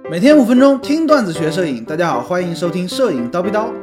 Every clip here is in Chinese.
每天5分钟听段子学摄影，大家好，欢迎收听摄影叨逼叨。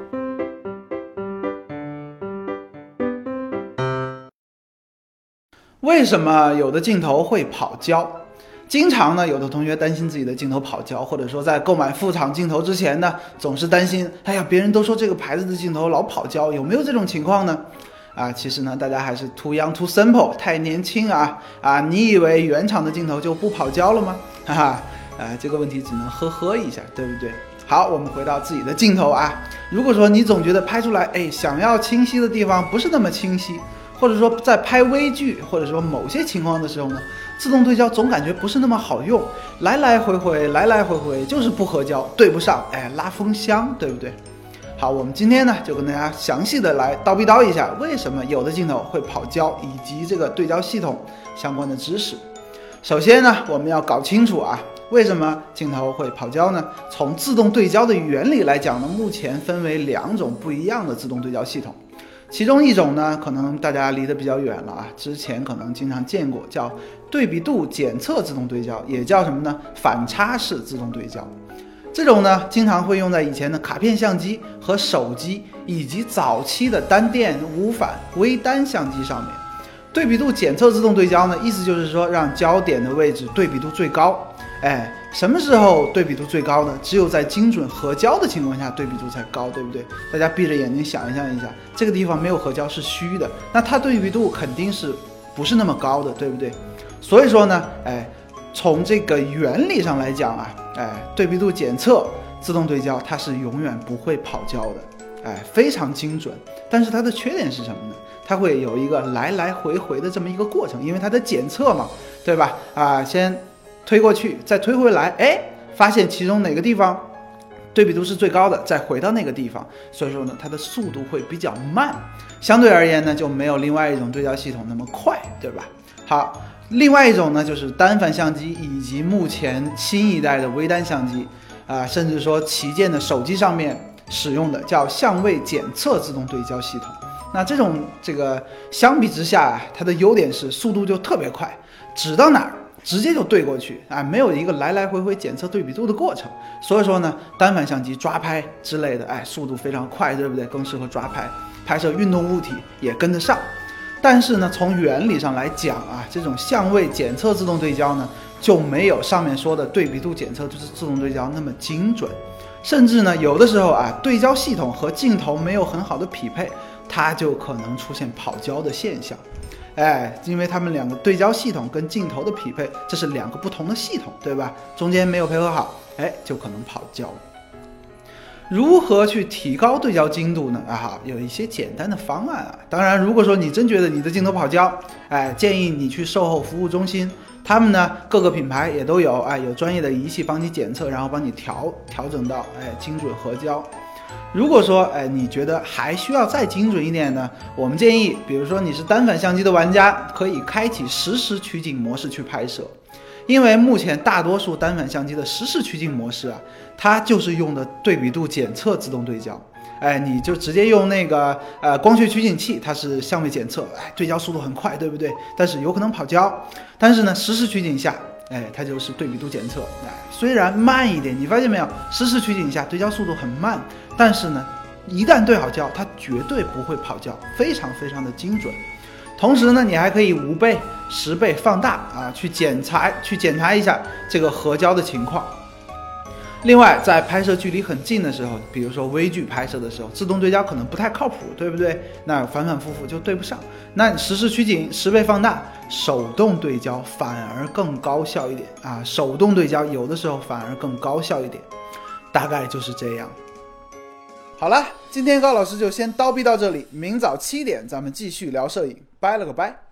为什么有的镜头会跑焦？经常呢，有的同学担心自己的镜头跑焦，或者说在购买副厂镜头之前呢，总是担心，哎呀，别人都说这个牌子的镜头老跑焦，有没有这种情况呢？其实呢，大家还是 too young too simple， 太年轻啊！你以为原厂的镜头就不跑焦了吗？哈哈。这个问题只能呵呵一下，对不对？好，我们回到自己的镜头啊。如果说你总觉得拍出来，想要清晰的地方不是那么清晰，或者说在拍微距，或者说某些情况的时候呢，自动对焦总感觉不是那么好用，来来回回就是不合焦，对不上，拉风箱，对不对？好，我们今天呢就跟大家详细的来叨逼叨一下，为什么有的镜头会跑焦，以及这个对焦系统相关的知识。首先呢，我们要搞清楚为什么镜头会跑焦呢？从自动对焦的原理来讲呢，目前分为2种不一样的自动对焦系统。其中一种呢，可能大家离得比较远了之前可能经常见过，叫对比度检测自动对焦，也叫什么呢？反差式自动对焦。这种呢，经常会用在以前的卡片相机和手机，以及早期的单电无反微单相机上面。对比度检测自动对焦呢，意思就是说让焦点的位置对比度最高。什么时候对比度最高呢？只有在精准合焦的情况下对比度才高，对不对？大家闭着眼睛想象一下，这个地方没有合焦是虚的，那它对比度肯定是不是那么高的，对不对？所以说呢，从这个原理上来讲对比度检测自动对焦它是永远不会跑焦的，非常精准。但是它的缺点是什么呢？它会有一个来来回回的这么一个过程，因为它的检测嘛，对吧？先推过去，再推回来，发现其中哪个地方对比度是最高的，再回到那个地方，所以说呢，它的速度会比较慢，相对而言呢，就没有另外一种对焦系统那么快，对吧？好，另外一种呢，就是单反相机以及目前新一代的微单相机甚至说旗舰的手机上面使用的叫相位检测自动对焦系统。那这个相比之下它的优点是速度就特别快，指到哪儿直接就对过去没有一个来来回回检测对比度的过程。所以说呢，单反相机抓拍之类的速度非常快，对不对？更适合抓拍，拍摄运动物体也跟得上。但是呢，从原理上来讲这种相位检测自动对焦呢，就没有上面说的对比度检测就是自动对焦那么精准，甚至呢，有的时候对焦系统和镜头没有很好的匹配，它就可能出现跑焦的现象。因为他们两个对焦系统跟镜头的匹配，这是2个不同的系统，对吧？中间没有配合好，就可能跑焦。如何去提高对焦精度呢？有一些简单的方案当然，如果说你真觉得你的镜头跑焦，建议你去售后服务中心，他们呢各个品牌也都有，有专业的仪器帮你检测，然后帮你调整到精准合焦。如果说你觉得还需要再精准一点呢，我们建议，比如说你是单反相机的玩家，可以开启实时取景模式去拍摄。因为目前大多数单反相机的实时取景模式它就是用的对比度检测自动对焦。你就直接用那个光学取景器，它是相位检测，对焦速度很快，对不对？但是有可能跑焦。但是呢，实时取景下它就是对比度检测，虽然慢一点，你发现没有？实时取景下对焦速度很慢，但是呢，一旦对好焦，它绝对不会跑焦，非常非常的精准。同时呢，你还可以5倍、10倍放大去检查一下这个合焦的情况。另外，在拍摄距离很近的时候，比如说微距拍摄的时候，自动对焦可能不太靠谱，对不对？那反复就对不上。那实时取景10倍放大，手动对焦反而更高效一点手动对焦有的时候反而更高效一点，大概就是这样。好了，今天高老师就先叨逼到这里，明早7点咱们继续聊摄影，拜了个拜。